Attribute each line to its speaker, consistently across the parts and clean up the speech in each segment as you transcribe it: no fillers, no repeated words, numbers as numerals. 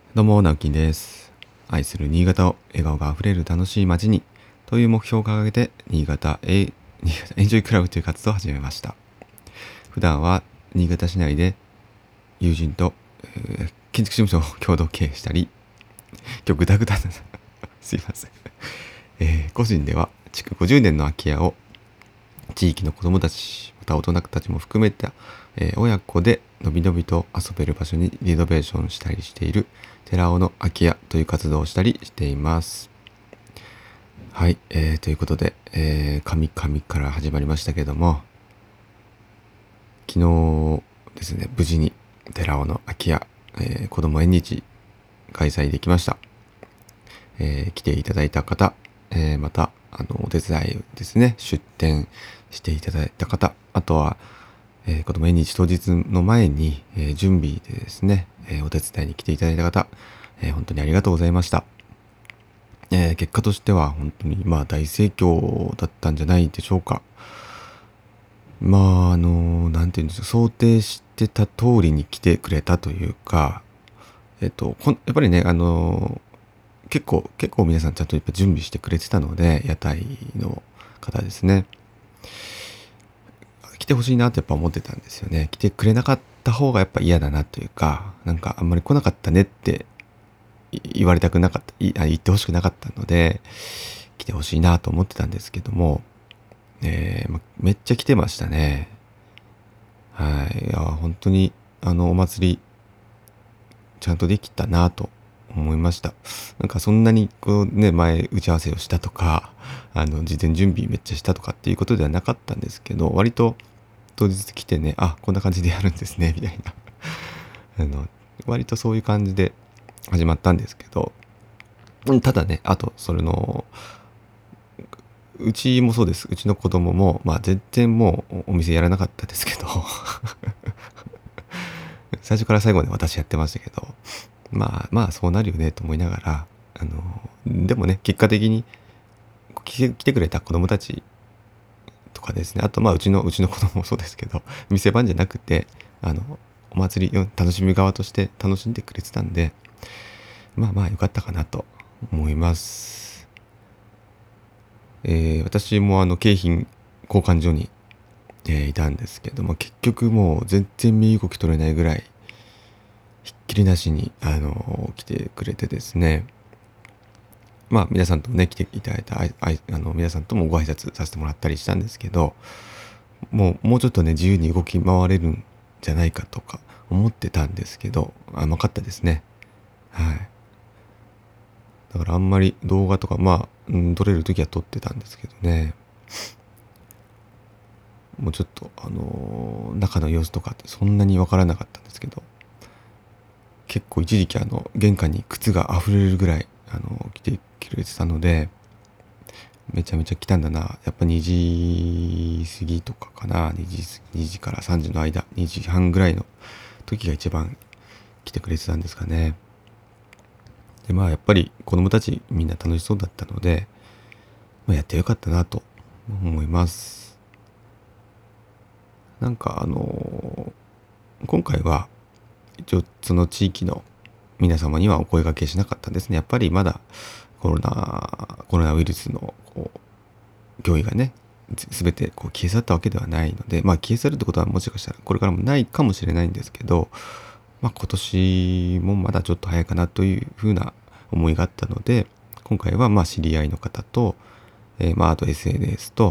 Speaker 1: どうも、直樹です。愛する新潟を笑顔があふれる楽しい街にという目標を掲げて新潟エンジョイクラブという活動を始めました。普段は新潟市内で友人と、建築事務所を共同経営したり、今日グダグダだなすいません、個人では築50年の空き家を地域の子どもたちまた大人たちも含めた、親子でのびのびと遊べる場所にリノベーションしたりしている寺尾の空き家という活動をしたりしています。はい、ということで、神々から始まりましたけども、昨日ですね、無事に寺尾の空き家、子ども縁日開催できました。来ていただいた方、またお手伝いですね、出店していただいた方、あとは、子ども縁日当日の前に、準備でですね、お手伝いに来ていただいた方、本当にありがとうございました。結果としては本当に大盛況だったんじゃないでしょうか。なんていうんですか、想定してた通りに来てくれたというか、やっぱりね、結構皆さんちゃんとやっぱ準備してくれてたので、屋台の方ですね。来てほしいなってやっぱ思ってたんですよね。来てくれなかった方がやっぱ嫌だなというか、なんかあんまり来なかったねって言われたくなかった、言ってほしくなかったので、来てほしいなと思ってたんですけども、めっちゃ来てましたね。はい。いや、本当に、お祭り、ちゃんとできたなと思いました。なんかそんなにこうね、前打ち合わせをしたとか、事前準備めっちゃしたとかっていうことではなかったんですけど、割と当日来てね、あ、こんな感じでやるんですね、みたいな。割とそういう感じで始まったんですけど、ただね、あと、うちもそうです。うちの子供も、全然もうお店やらなかったですけど最初から最後まで私やってましたけど、そうなるよねと思いながら、でもね、結果的に来てくれた子供たちとかですね、あとうちの子供もそうですけど、店番じゃなくて、お祭りを楽しむ側として楽しんでくれてたんで、良かったかなと思います。私も景品交換所に、いたんですけども、結局もう全然身動き取れないぐらいひっきりなしに来てくれてですね、皆さんともね来ていただいた皆さんともご挨拶させてもらったりしたんですけど、もうちょっとね自由に動き回れるんじゃないかとか思ってたんですけど、甘かったですね。はい。だからあんまり動画とか撮れる時は撮ってたんですけどね、もうちょっと中の様子とかってそんなにわからなかったんですけど、結構一時期玄関に靴が溢れるぐらい来てくれてたので、めちゃめちゃ来たんだな。やっぱ2時過ぎとかかな。2時から3時の間、2時半ぐらいの時が一番来てくれてたんですかね。で、やっぱり子供たちみんな楽しそうだったので、やってよかったなと思います。なんか今回は一応その地域の皆様にはお声掛けしなかったんですね。やっぱりまだコロナウイルスの脅威がね、すべて消え去ったわけではないので、消え去るってことはもしかしたらこれからもないかもしれないんですけど、今年もまだちょっと早いかなというふうな思いがあったので、今回は知り合いの方と、あと SNS と、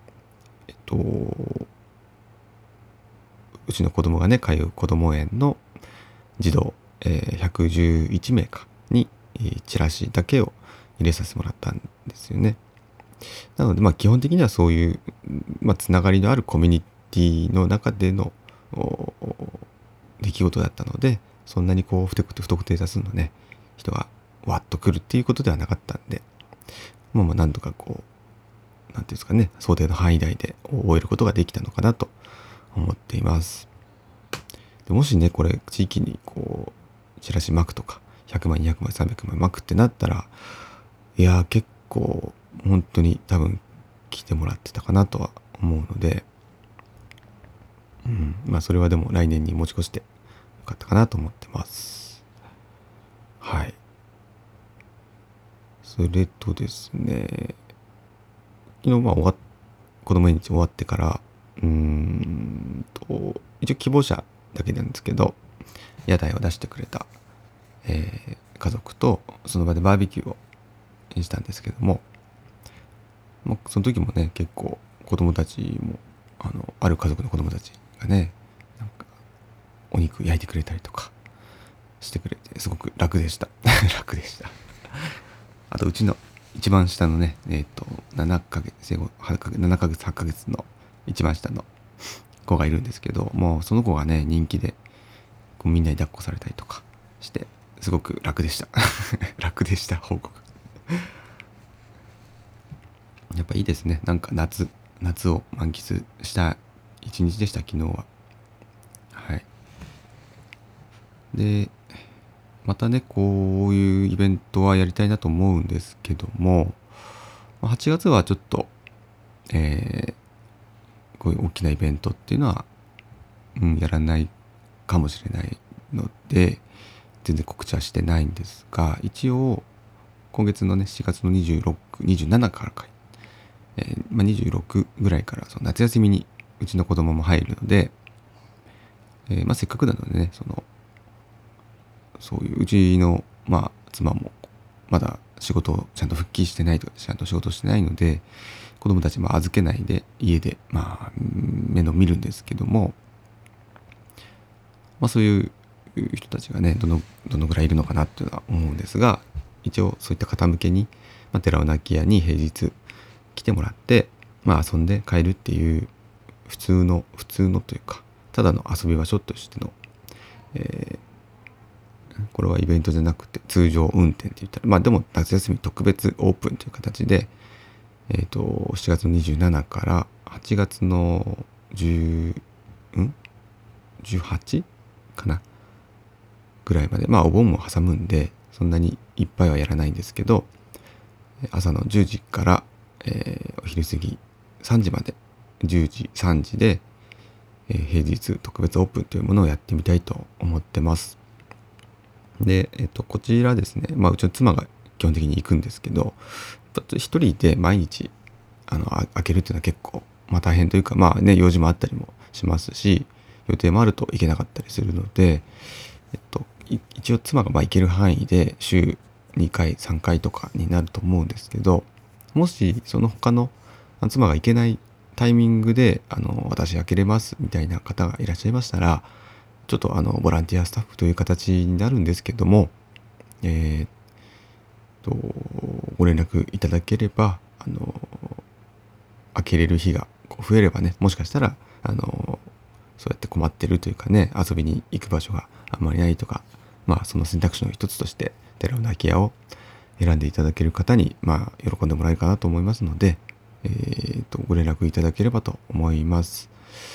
Speaker 1: うちの子供がね、通う子供園の児童、111名かに、チラシだけを入れさせてもらったんですよね。なので、基本的にはそういう、つながりのあるコミュニティの中での出来事だったので、そんなに不特定多数のね、人がわっと来るっていうことではなかったんで、なんとかなんていうんですかね、想定の範囲内で終えることができたのかなと思っています。でもしね、これ地域にチラシ巻くとか、100枚、200枚、300枚巻くってなったら、いやー結構本当に多分来てもらってたかなとは思うので、それはでも来年に持ち越してよかったかなと思ってます。 それとですね、昨日子供縁日終わってから、一応希望者だけなんですけど、屋台を出してくれた、家族とその場でバーベキューをしたんですけども、その時もね、結構子供たちも、ある家族の子供たちがね、なんかお肉焼いてくれたりとかしてくれて、すごく楽でした楽でした。あとうちの一番下のね、7ヶ月生後7ヶ月8ヶ月の一番下の子がいるんですけど、もうその子がね人気で、こうみんなに抱っこされたりとかしてすごく楽でした楽でした報告。やっぱいいですね。なんか夏を満喫した一日でした、昨日は。はい。で、またね、こういうイベントはやりたいなと思うんですけども、8月はちょっと、こういう大きなイベントっていうのは、やらないかもしれないので、全然告知はしてないんですが、一応、今月のね、4月の26、27からか、26ぐらいからその夏休みにうちの子供も入るので、せっかくなのでね、そういううちの、妻もまだ仕事をちゃんと復帰してないとか、ちゃんと仕事してないので、子供たちも預けないで家で面倒見るんですけども、そういう人たちがねどのぐらいいるのかなっていうのは思うんですが、一応そういった方向けに、寺尾泣き屋に平日来てもらって、遊んで帰るっていう普通のというか、ただの遊び場所としての、これはイベントじゃなくて通常運転って言ったら、でも夏休み特別オープンという形で、7月の27から8月の18かなぐらいまで、お盆も挟むんでそんなにいっぱいはやらないんですけど、朝の10時から、お昼過ぎ3時まで、10時3時で、平日特別オープンというものをやってみたいと思ってます。で、こちらですね、うちの妻が基本的に行くんですけど、一人で毎日開けるっていうのは結構大変というか、用事もあったりもしますし、予定もあるといけなかったりするので、一応妻が行ける範囲で週2回3回とかになると思うんですけど、もしその他の妻が行けないタイミングで私開けれますみたいな方がいらっしゃいましたら、ちょっとボランティアスタッフという形になるんですけども、ご連絡いただければ、開けれる日が増えればね、もしかしたらそうやって困ってるというかね、遊びに行く場所があんまりないとか、その選択肢の一つとして寺尾泣き屋を選んでいただける方に喜んでもらえるかなと思いますので、ご連絡いただければと思います。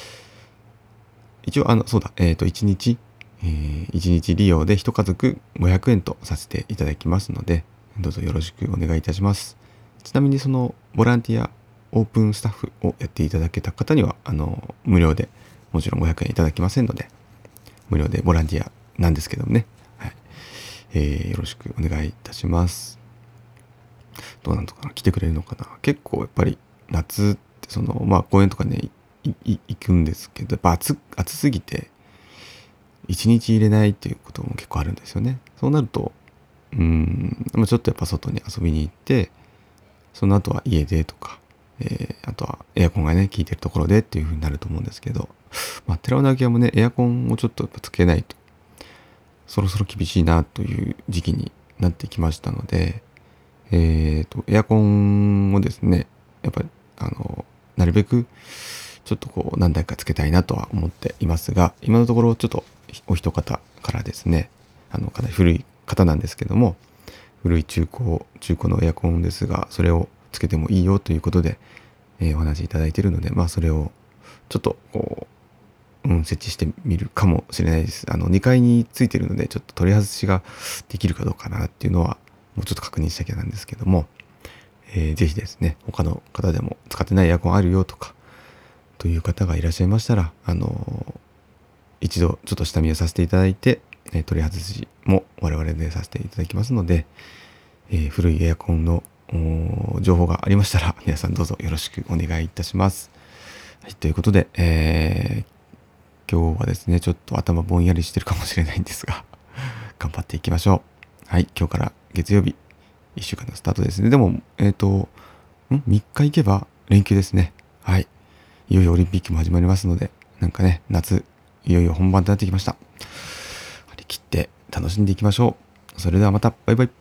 Speaker 1: 一応1日1日利用で1家族500円とさせていただきますので、どうぞよろしくお願いいたします。ちなみにそのボランティアオープンスタッフをやっていただけた方には無料でもちろん500円いただきませんので、無料でボランティアなんですけどもね、はい、よろしくお願いいたします。どうなんとかな、来てくれるのかな。結構やっぱり夏って公園とかね行くんですけど、やっぱ暑すぎて1日入れないっていうことも結構あるんですよね。そうなるとちょっとやっぱ外に遊びに行って、その後は家でとか、あとはエアコンがね効いてるところでっていう風になると思うんですけど、寺尾泣き屋もねエアコンをちょっとやっぱつけないとそろそろ厳しいなという時期になってきましたので、エアコンをですね、やっぱりなるべくちょっと何台かつけたいなとは思っていますが、今のところちょっとお一方からですね、かなり古い方なんですけども、古い中古のエアコンですが、それをつけてもいいよということで、お話いただいているので、それをちょっと設置してみるかもしれないです。2階についてるので、ちょっと取り外しができるかどうかなっていうのはもうちょっと確認したきゃなんですけども、ぜひですね、他の方でも使ってないエアコンあるよとかという方がいらっしゃいましたら、一度ちょっと下見をさせていただいて、取り外しも我々でさせていただきますので、 古いエアコンの情報がありましたら皆さんどうぞよろしくお願いいたします。はい、ということで、今日はですねちょっと頭ぼんやりしてるかもしれないんですが頑張っていきましょう。はい、今日から月曜日1週間のスタートですね。でも3日行けば連休ですね。はい、いよいよオリンピックも始まりますので、なんかね夏いよいよ本番となってきました。張り切って楽しんでいきましょう。それではまた、バイバイ。